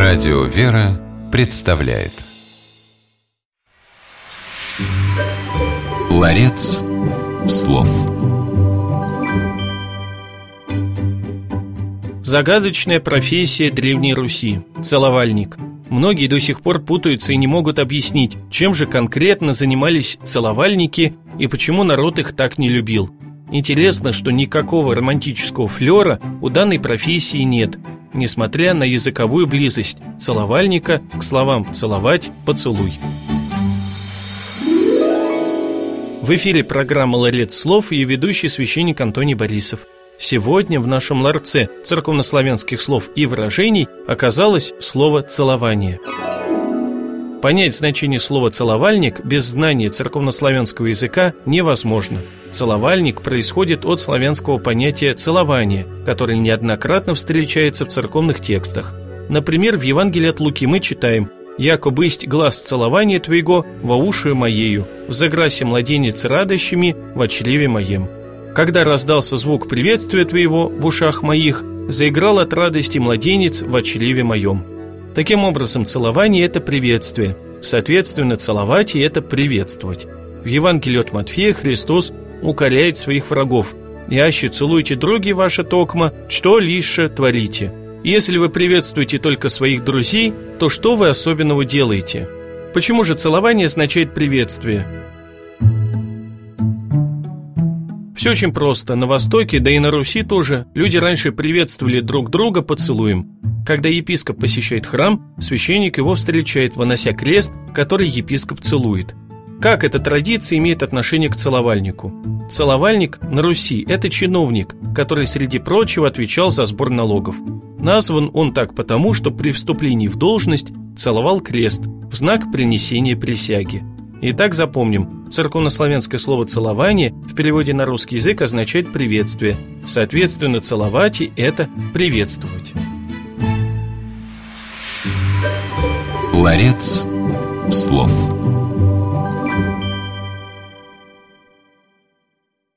Радио «Вера» представляет Ларец слов. Загадочная профессия Древней Руси – целовальник. Многие до сих пор путаются и не могут объяснить, чем же конкретно занимались целовальники и почему народ их так не любил. Интересно, что никакого романтического флера у данной профессии нет, несмотря на языковую близость целовальника к словам «целовать», «поцелуй». В эфире программа «Ларец слов» и ведущий священник Антоний Борисов. Сегодня в нашем ларце церковнославянских слов и выражений оказалось слово «целование». Понять значение слова «целовальник» без знания церковнославянского языка невозможно. Целовальник происходит от славянского понятия «целование», которое неоднократно встречается в церковных текстах. Например, в Евангелии от Луки мы читаем: «Яко бысть глас целования твоего во ушию моею, взаграсе младенец радощами во чреве моем». Когда раздался звук приветствия твоего в ушах моих, заиграл от радости младенец во чреве моем. Таким образом, целование – это приветствие. Соответственно, целовать – и это приветствовать. В Евангелии от Матфея Христос укоряет своих врагов: «Яще целуйте други ваши токма, что лише творите». Если вы приветствуете только своих друзей, то что вы особенного делаете? Почему же целование означает приветствие? Все очень просто. На Востоке, да и на Руси тоже, люди раньше приветствовали друг друга поцелуем. Когда епископ посещает храм, священник его встречает, вынося крест, который епископ целует. Как эта традиция имеет отношение к целовальнику? Целовальник на Руси – это чиновник, который, среди прочего, отвечал за сбор налогов. Назван он так потому, что при вступлении в должность целовал крест в знак принесения присяги. Итак, запомним, церковнославянское слово «целование» в переводе на русский язык означает «приветствие». Соответственно, целовать и это приветствовать. Ларец слов.